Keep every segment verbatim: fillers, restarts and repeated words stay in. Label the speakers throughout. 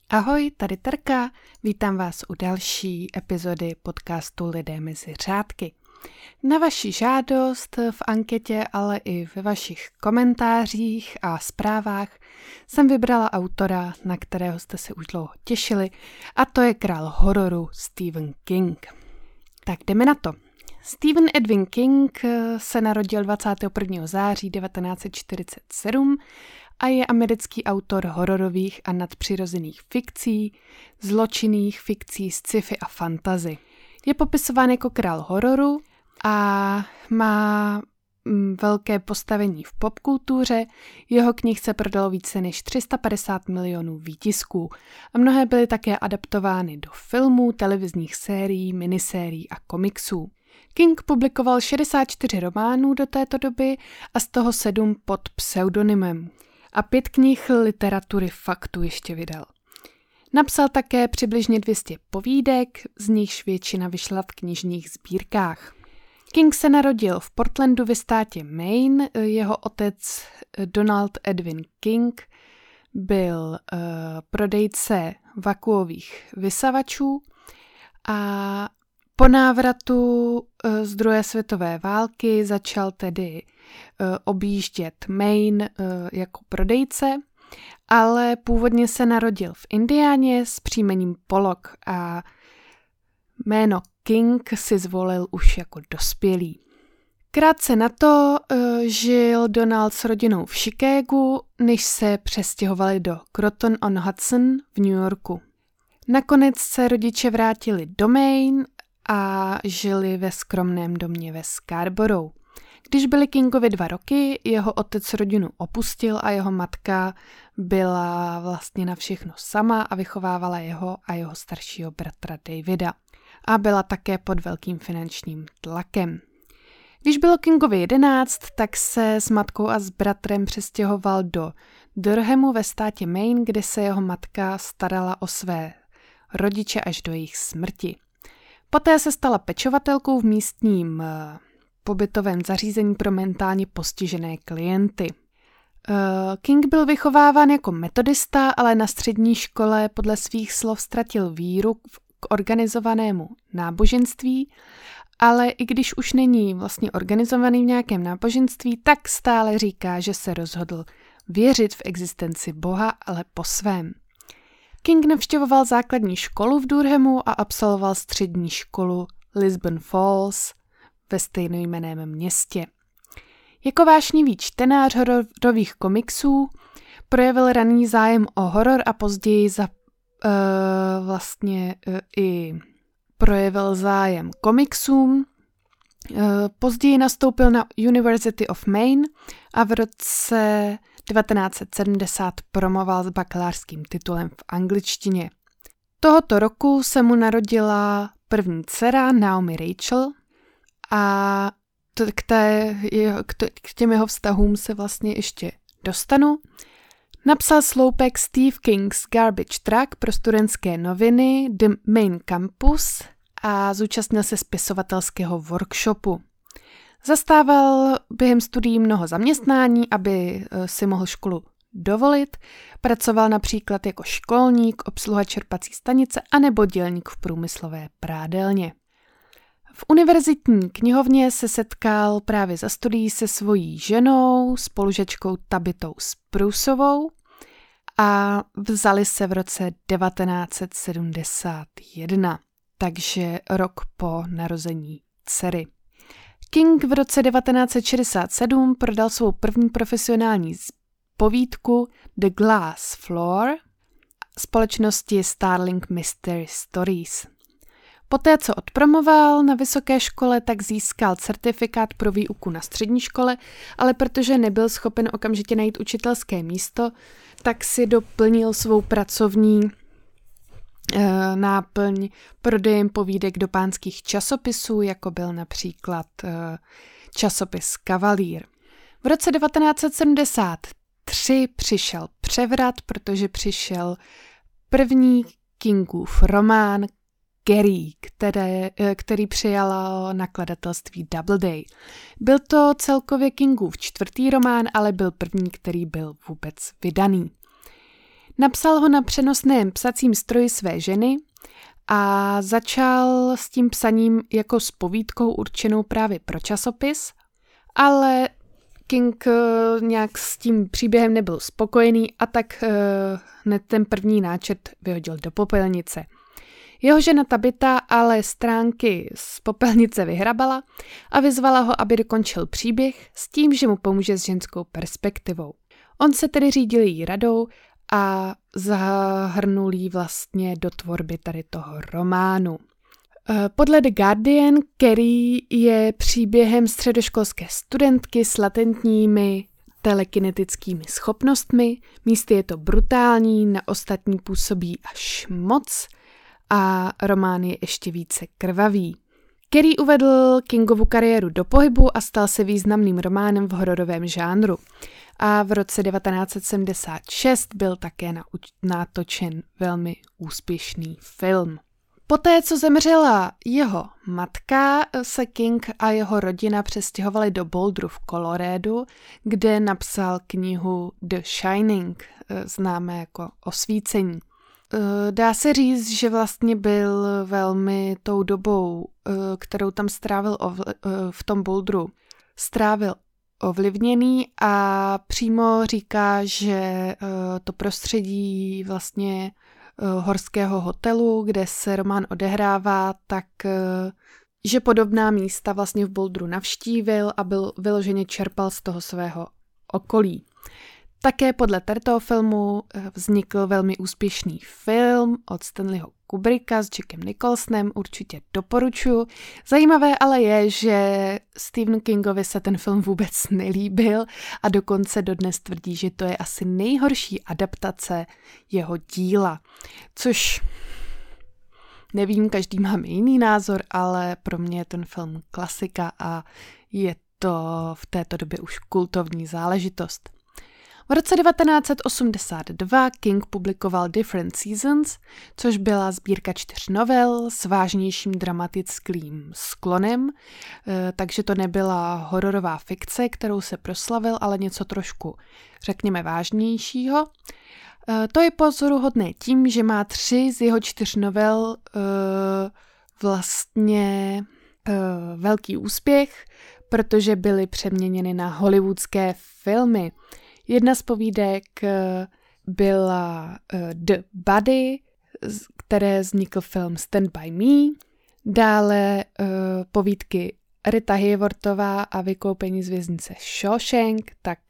Speaker 1: Ahoj, tady Terka, vítám vás u další epizody podcastu Lidé mezi řádky. Na vaši žádost v anketě, ale i ve vašich komentářích a zprávách jsem vybrala autora, na kterého jste se už dlouho těšili, a to je král hororu Stephen King. Tak jdeme na to. Stephen Edwin King se narodil dvacátého prvního září devatenáct set čtyřicet sedm a je americký autor hororových a nadpřirozených fikcí, zločinných fikcí z sci-fi a fantasy. Je popisován jako král hororu a má velké postavení v popkultuře. Jeho knih se prodalo více než tři sta padesát milionů výtisků a mnohé byly také adaptovány do filmů, televizních sérií, minisérií a komiksů. King publikoval šedesát čtyři románů do této doby a z toho sedm pod pseudonymem. A pět knih literatury faktu ještě vydal. Napsal také přibližně dvě stě povídek, z nichž většina vyšla v knižních sbírkách. King se narodil v Portlandu ve státě Maine. Jeho otec Donald Edwin King byl uh, prodejce vakuových vysavačů a po návratu z druhé světové války začal tedy objíždět Maine jako prodejce, ale původně se narodil v Indiáně s příjmením Pollock a jméno King si zvolil už jako dospělý. Krátce na to žil Donald s rodinou v Chicagu, než se přestěhovali do Croton on Hudson v New Yorku. Nakonec se rodiče vrátili do Maine a žili ve skromném domě ve Scarborough. Když byli Kingovi dva roky, jeho otec rodinu opustil a jeho matka byla vlastně na všechno sama a vychovávala jeho a jeho staršího bratra Davida. A byla také pod velkým finančním tlakem. Když bylo Kingovi jedenáct, tak se s matkou a s bratrem přestěhoval do Durhamu ve státě Maine, kde se jeho matka starala o své rodiče až do jejich smrti. Poté se stala pečovatelkou v místním uh, pobytovém zařízení pro mentálně postižené klienty. Uh, King byl vychováván jako metodista, ale na střední škole podle svých slov ztratil víru k organizovanému náboženství, ale i když už není vlastně organizovaný v nějakém náboženství, tak stále říká, že se rozhodl věřit v existenci Boha, ale po svém. King navštěvoval základní školu v Durhamu a absolvoval střední školu Lisbon Falls ve stejnojmenném městě. Jako vášnivý čtenář hororových komiksů projevil raný zájem o horor a později za, uh, vlastně uh, i projevil zájem komiksům. Uh, později nastoupil na University of Maine a v roce devatenáct set sedmdesát promoval s bakalářským titulem v angličtině. Tohoto roku se mu narodila první dcera Naomi Rachel a to, k, té, k, to, k těm jeho vztahům se vlastně ještě dostanu. Napsal sloupek Steve King's Garbage Truck pro studentské noviny The Main Campus a zúčastnil se spisovatelského workshopu. Zastával během studií mnoho zaměstnání, aby si mohl školu dovolit. Pracoval například jako školník, obsluha čerpací stanice anebo dělník v průmyslové prádelně. V univerzitní knihovně se setkal právě za studií se svojí ženou, spolužačkou Tabitou Spruceovou a vzali se v roce devatenáct set sedmdesát jedna, takže rok po narození dcery. King v roce devatenáct set šedesát sedm prodal svou první profesionální povídku The Glass Floor společnosti Starling Mystery Stories. Poté, co odpromoval na vysoké škole, tak získal certifikát pro výuku na střední škole, ale protože nebyl schopen okamžitě najít učitelské místo, tak si doplnil svou pracovní e, náplň prodejem povídek do pánských časopisů, jako byl například e, časopis Kavalír. V roce devatenáct set sedmdesát tři přišel převrat, protože přišel první Kingův román Gary, které, který přijalo nakladatelství Doubleday. Byl to celkově Kingův čtvrtý román, ale byl první, který byl vůbec vydaný. Napsal ho na přenosném psacím stroji své ženy a začal s tím psaním jako s povídkou určenou právě pro časopis, ale King nějak s tím příběhem nebyl spokojený a tak hned ten první náčrt vyhodil do popelnice. Jeho žena Tabitha ale stránky z popelnice vyhrabala a vyzvala ho, aby dokončil příběh s tím, že mu pomůže s ženskou perspektivou. On se tedy řídil její radou a zahrnul jí vlastně do tvorby tady toho románu. Podle The Guardian Carrie je příběhem středoškolské studentky s latentními telekinetickými schopnostmi. Místy je to brutální, na ostatní působí až moc a román je ještě více krvavý. Carrie uvedl Kingovu kariéru do pohybu a stal se významným románem v hororovém žánru. A v roce devatenáct set sedmdesát šest byl také natočen velmi úspěšný film. Poté, co zemřela jeho matka, se King a jeho rodina přestěhovali do Boulderu v Coloradu, kde napsal knihu The Shining, známé jako Osvícení. Dá se říct, že vlastně byl velmi tou dobou, kterou tam strávil v tom Boulderu, strávil ovlivněný a přímo říká, že to prostředí vlastně horského hotelu, kde se román odehrává, tak že podobná místa vlastně v Boulderu navštívil a byl vyloženě čerpal z toho svého okolí. Také podle tohoto filmu vznikl velmi úspěšný film od Stanleyho Kubricka s Jackem Nicholsonem, určitě doporučuji. Zajímavé ale je, že Stephenu Kingovi se ten film vůbec nelíbil a dokonce dodnes tvrdí, že to je asi nejhorší adaptace jeho díla. Což nevím, každý máme jiný názor, ale pro mě je ten film klasika a je to v této době už kultovní záležitost. V roce devatenáct set osmdesát dva King publikoval Different Seasons, což byla sbírka čtyř novel s vážnějším dramatickým sklonem, takže to nebyla hororová fikce, kterou se proslavil, ale něco trošku, řekněme, vážnějšího. To je pozoruhodné tím, že má tři z jeho čtyř novel vlastně velký úspěch, protože byly přeměněny na hollywoodské filmy. Jedna z povídek byla The Buddy, které vznikl film Stand By Me, dále povídky Rita Hayworthová a Vykoupení z věznice Shawshank, tak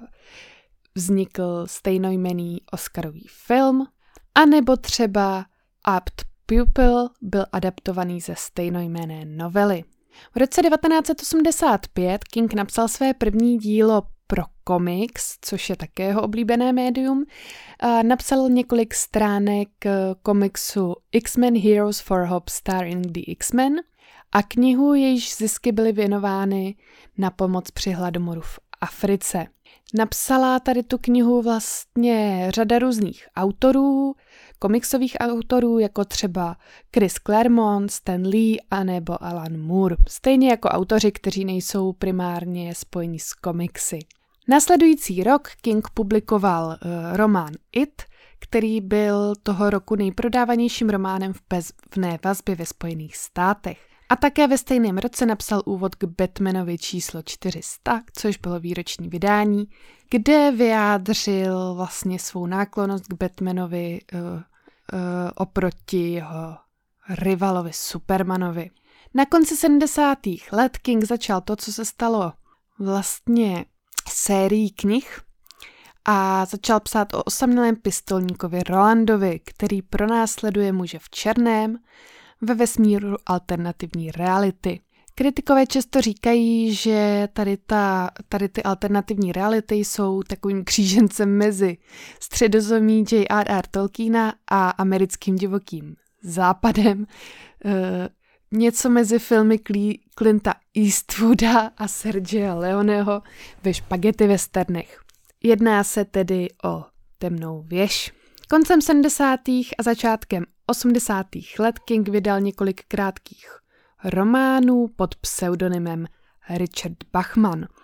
Speaker 1: vznikl stejnojmenný Oscarový film, anebo třeba Apt Pupil byl adaptovaný ze stejnojmenné novely. V roce devatenáct set osmdesát pět King napsal své první dílo pro komiks, což je také jeho oblíbené médium. Napsal několik stránek komiksu X-Men Heroes for Hope starring the X-Men a knihu, jejíž zisky byly věnovány na pomoc při hladomoru v Africe. Napsala tady tu knihu vlastně řada různých autorů, komiksových autorů, jako třeba Chris Claremont, Stan Lee a nebo Alan Moore. Stejně jako autoři, kteří nejsou primárně spojeni s komiksy. Následující rok King publikoval uh, román It, který byl toho roku nejprodávanějším románem v pevné vazbě ve Spojených státech. A také ve stejném roce napsal úvod k Batmanovi číslo čtyři sta, což bylo výroční vydání, kde vyjádřil vlastně svou náklonnost k Batmanovi uh, uh, oproti jeho rivalovi Supermanovi. Na konci sedmdesátých let King začal to, co se stalo vlastně sérií knih a začal psát o osamělém pistolníkovi Rolandovi, který pronásleduje muže v černém ve vesmíru alternativní reality. Kritikové často říkají, že tady, ta, tady ty alternativní reality jsou takovým křížencem mezi středozemí J R R Tolkiena a americkým divokým západem. E, něco mezi filmy Clinta Eastwooda a Sergia Leoneho ve špagety westernech. Jedná se tedy o Temnou věž. Koncem sedmdesátých a začátkem osmdesátých let King vydal několik krátkých románů pod pseudonymem Richard Bachman.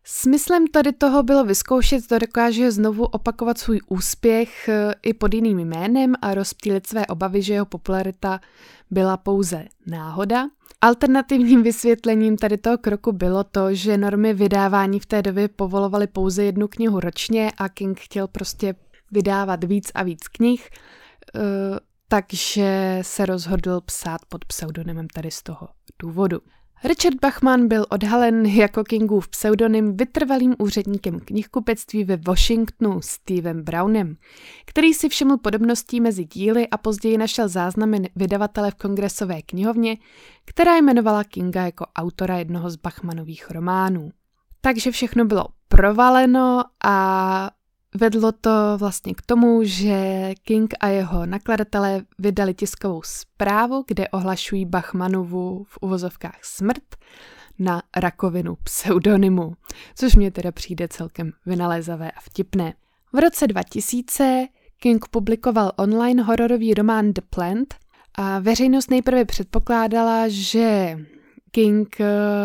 Speaker 1: Smyslem tady toho bylo vyzkoušet, zda dokáže znovu opakovat svůj úspěch i pod jiným jménem a rozptýlit své obavy, že jeho popularita byla pouze náhoda. Alternativním vysvětlením tady toho kroku bylo to, že normy vydávání v té době povolovaly pouze jednu knihu ročně a King chtěl prostě vydávat víc a víc knih, takže se rozhodl psát pod pseudonymem tady z toho důvodu. Richard Bachman byl odhalen jako Kingův pseudonym vytrvalým úředníkem knihkupectví ve Washingtonu Stevem Brownem, který si všiml podobností mezi díly a později našel záznamy vydavatele v Kongresové knihovně, která jmenovala Kinga jako autora jednoho z Bachmanových románů. Takže všechno bylo provaleno a vedlo to vlastně k tomu, že King a jeho nakladatelé vydali tiskovou zprávu, kde ohlašují Bachmanovu v uvozovkách smrt na rakovinu pseudonymu, což mně teda přijde celkem vynalézavé a vtipné. V roce dva tisíce King publikoval online hororový román The Plant a veřejnost nejprve předpokládala, že King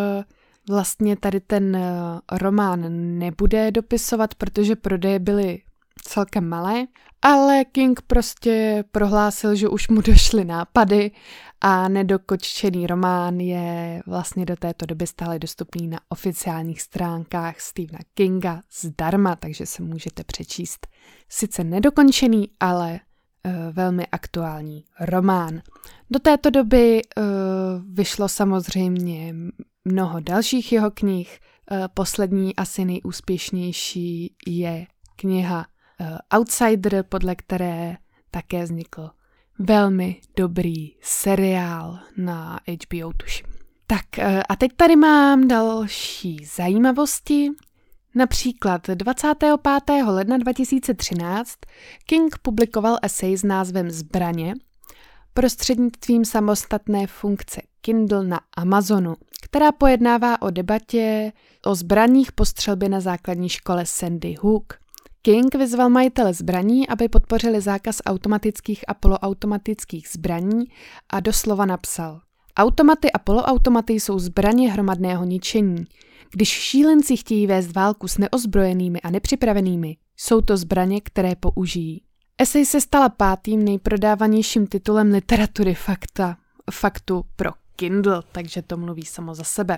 Speaker 1: vlastně tady ten román nebude dopisovat, protože prodeje byly celkem malé, ale King prostě prohlásil, že už mu došly nápady a nedokončený román je vlastně do této doby stále dostupný na oficiálních stránkách Stephena Kinga zdarma, takže se můžete přečíst. Sice nedokončený, ale uh, velmi aktuální román. Do této doby uh, vyšlo samozřejmě mnoho dalších jeho knih. Poslední, asi nejúspěšnější je kniha Outsider, podle které také vznikl velmi dobrý seriál na H B O, tuším. Tak a teď tady mám další zajímavosti. Například dvacátého pátého ledna dva tisíce třináct King publikoval esej s názvem Zbraně prostřednictvím samostatné funkce Kindle na Amazonu, která pojednává o debatě o zbraních po střelbě na základní škole Sandy Hook. King vyzval majitele zbraní, aby podpořili zákaz automatických a poloautomatických zbraní a doslova napsal: Automaty a poloautomaty jsou zbraně hromadného ničení. Když šílenci chtějí vést válku s neozbrojenými a nepřipravenými, jsou to zbraně, které použijí. Esej se stala pátým nejprodávanějším titulem literatury fakta, faktu pro Kindle, takže to mluví samo za sebe.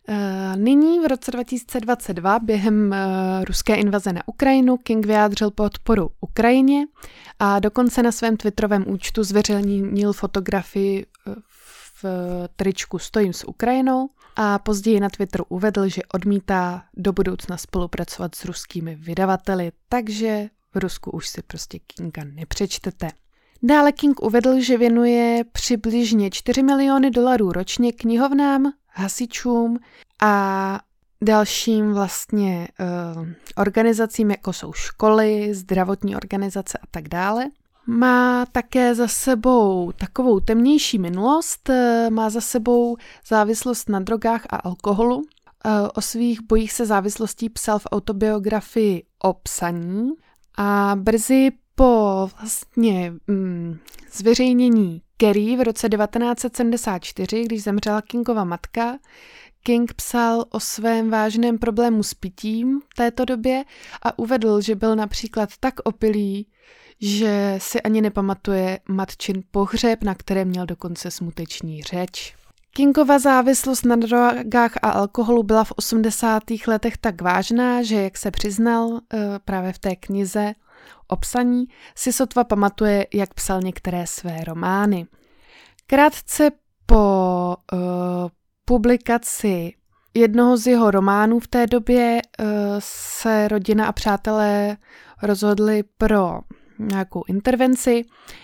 Speaker 1: Nyní v roce dva tisíce dvacet dva během ruské invaze na Ukrajinu King vyjádřil podporu Ukrajině a dokonce na svém twitterovém účtu zveřejnil fotografii v tričku Stojím s Ukrajinou a později na Twitteru uvedl, že odmítá do budoucna spolupracovat s ruskými vydavateli, takže v Rusku už si prostě Kinga nepřečtete. Dále King uvedl, že věnuje přibližně čtyři miliony dolarů ročně knihovnám, hasičům a dalším vlastně uh, organizacím, jako jsou školy, zdravotní organizace a tak dále. Má také za sebou takovou temnější minulost, uh, má za sebou závislost na drogách a alkoholu. Uh, o svých bojích se závislostí psal v autobiografii O psaní a brzy po vlastně mm, zveřejnění Carrie v roce devatenáct set sedmdesát čtyři, když zemřela Kingova matka, King psal o svém vážném problému s pitím v této době a uvedl, že byl například tak opilý, že si ani nepamatuje matčin pohřeb, na kterém měl dokonce smuteční řeč. Kingova závislost na drogách a alkoholu byla v osmdesátých letech tak vážná, že, jak se přiznal právě v té knize O psaní, si sotva pamatuje, jak psal některé své romány. Krátce po uh, publikaci jednoho z jeho románů v té době uh, se rodina a přátelé rozhodli pro nějakou intervenci.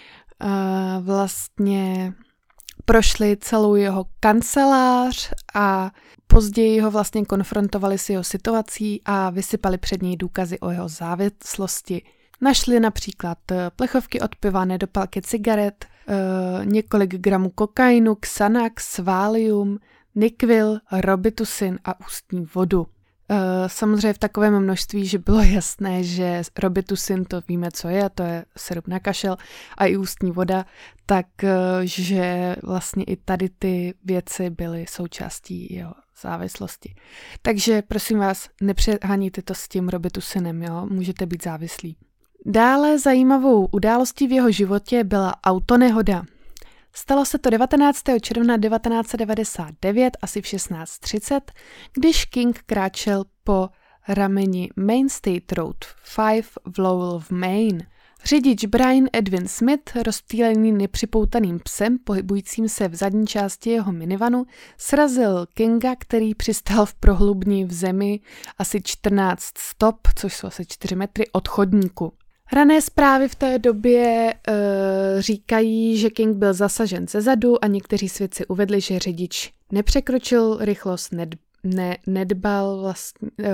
Speaker 1: Uh, vlastně prošli celou jeho kancelář a později ho vlastně konfrontovali s jeho situací a vysypali před něj důkazy o jeho závislosti. Našli například plechovky od piva, nedopalky cigaret, e, několik gramů kokainu, Xanax, Valium, Nyquil, Robitussin a ústní vodu. E, samozřejmě v takovém množství, že bylo jasné, že Robitussin, to víme, co je, to je sirup na kašel, a i ústní voda, tak že vlastně i tady ty věci byly součástí jeho závislosti. Takže prosím vás, nepřeháníte to s tím Robitusinem, jo? Můžete být závislí. Dále zajímavou událostí v jeho životě byla autonehoda. Stalo se to devatenáctého června devatenáct set devadesát devět, asi v šestnáct třicet, když King kráčel po rameni Main State Road pět v Lowell v Maine. Řidič Brian Edwin Smith, rozptýlený nepřipoutaným psem, pohybujícím se v zadní části jeho minivanu, srazil Kinga, který přistál v prohlubni v zemi asi čtrnáct stop, což jsou asi čtyři metry od chodníku. Rané zprávy v té době e, říkají, že King byl zasažen zezadu a někteří svědci uvedli, že řidič nepřekročil rychlost, ned, ne, nedbal, vlastně, e,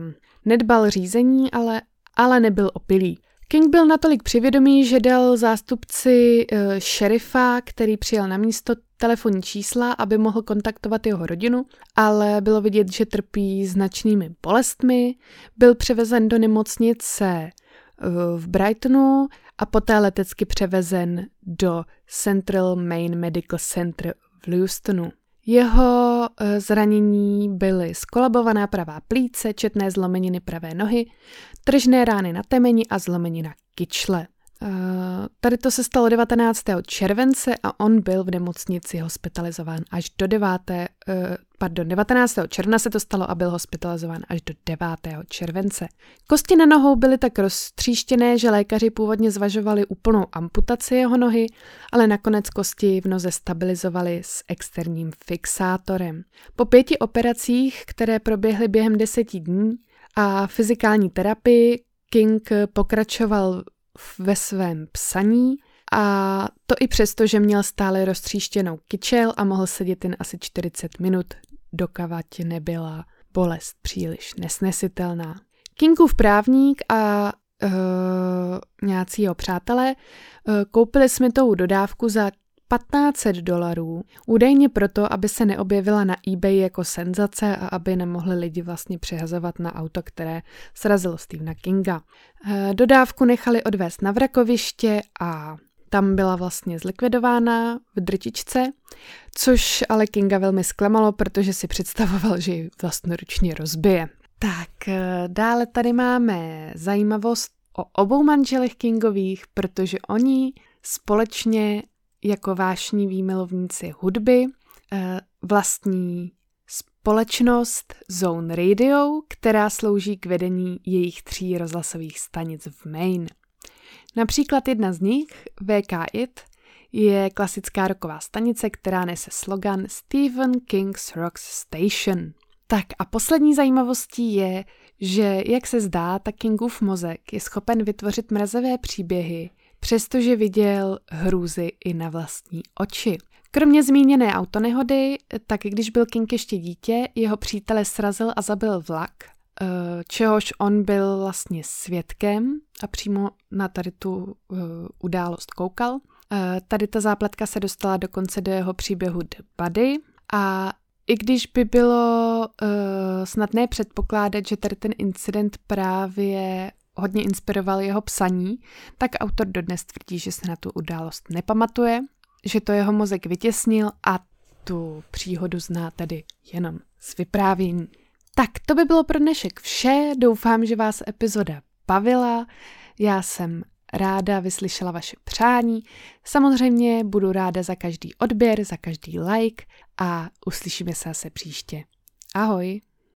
Speaker 1: nedbal řízení, ale, ale nebyl opilý. King byl natolik přivědomý, že dal zástupci e, šerifa, který přijel na místo, telefonní čísla, aby mohl kontaktovat jeho rodinu, ale bylo vidět, že trpí značnými bolestmi. Byl převezen do nemocnice v Brightonu a poté letecky převezen do Central Maine Medical Center v Leustonu. Jeho zranění byly skolabovaná pravá plíce, četné zlomeniny pravé nohy, tržné rány na temeni a zlomenina kyčle. Tady to se stalo devatenáctého července a on byl v nemocnici hospitalizován až do devátého Pardon, devatenáctého června se to stalo a byl hospitalizován až do devátého července. Kosti na nohou byly tak roztříštěné, že lékaři původně zvažovali úplnou amputaci jeho nohy, ale nakonec kosti v noze stabilizovali s externím fixátorem. Po pěti operacích, které proběhly během deseti dní a fyzikální terapii, King pokračoval ve svém psaní, a to i přesto, že měl stále roztříštěnou kyčel a mohl sedět jen asi čtyřicet minut, dokavať nebyla bolest příliš nesnesitelná. Kingův právník a uh, nějací jeho přátelé uh, koupili Smithovu dodávku za patnáct set dolarů, údajně proto, aby se neobjevila na eBay jako senzace a aby nemohli lidi vlastně přehazovat na auto, které srazilo Stephena Kinga. Uh, dodávku nechali odvést na vrakoviště a tam byla vlastně zlikvidována v drtičce, což ale Kinga velmi zklamalo, protože si představoval, že ji vlastnoručně rozbije. Tak, dále tady máme zajímavost o obou manželech Kingových, protože oni společně jako vášniví milovníci hudby vlastní společnost Zone Radio, která slouží k vedení jejich tří rozhlasových stanic v Maine. Například jedna z nich, V K I T, je klasická rocková stanice, která nese slogan Stephen King's Rock Station. Tak a poslední zajímavostí je, že jak se zdá, tak Kingův mozek je schopen vytvořit mrazivé příběhy, přestože viděl hrůzy i na vlastní oči. Kromě zmíněné autonehody, tak když byl King ještě dítě, jeho přítele srazil a zabil vlak, čehož on byl vlastně svědkem a přímo na tady tu uh, událost koukal. Uh, tady ta zápletka se dostala dokonce do jeho příběhu The Buddy a i když by bylo uh, snadné předpokládat, že tady ten incident právě hodně inspiroval jeho psaní, tak autor dodnes tvrdí, že se na tu událost nepamatuje, že to jeho mozek vytěsnil a tu příhodu zná tedy jenom z vyprávění. Tak to by bylo pro dnešek vše, doufám, že vás epizoda bavila, já jsem ráda vyslyšela vaše přání, samozřejmě budu ráda za každý odběr, za každý like a uslyšíme se zase příště. Ahoj!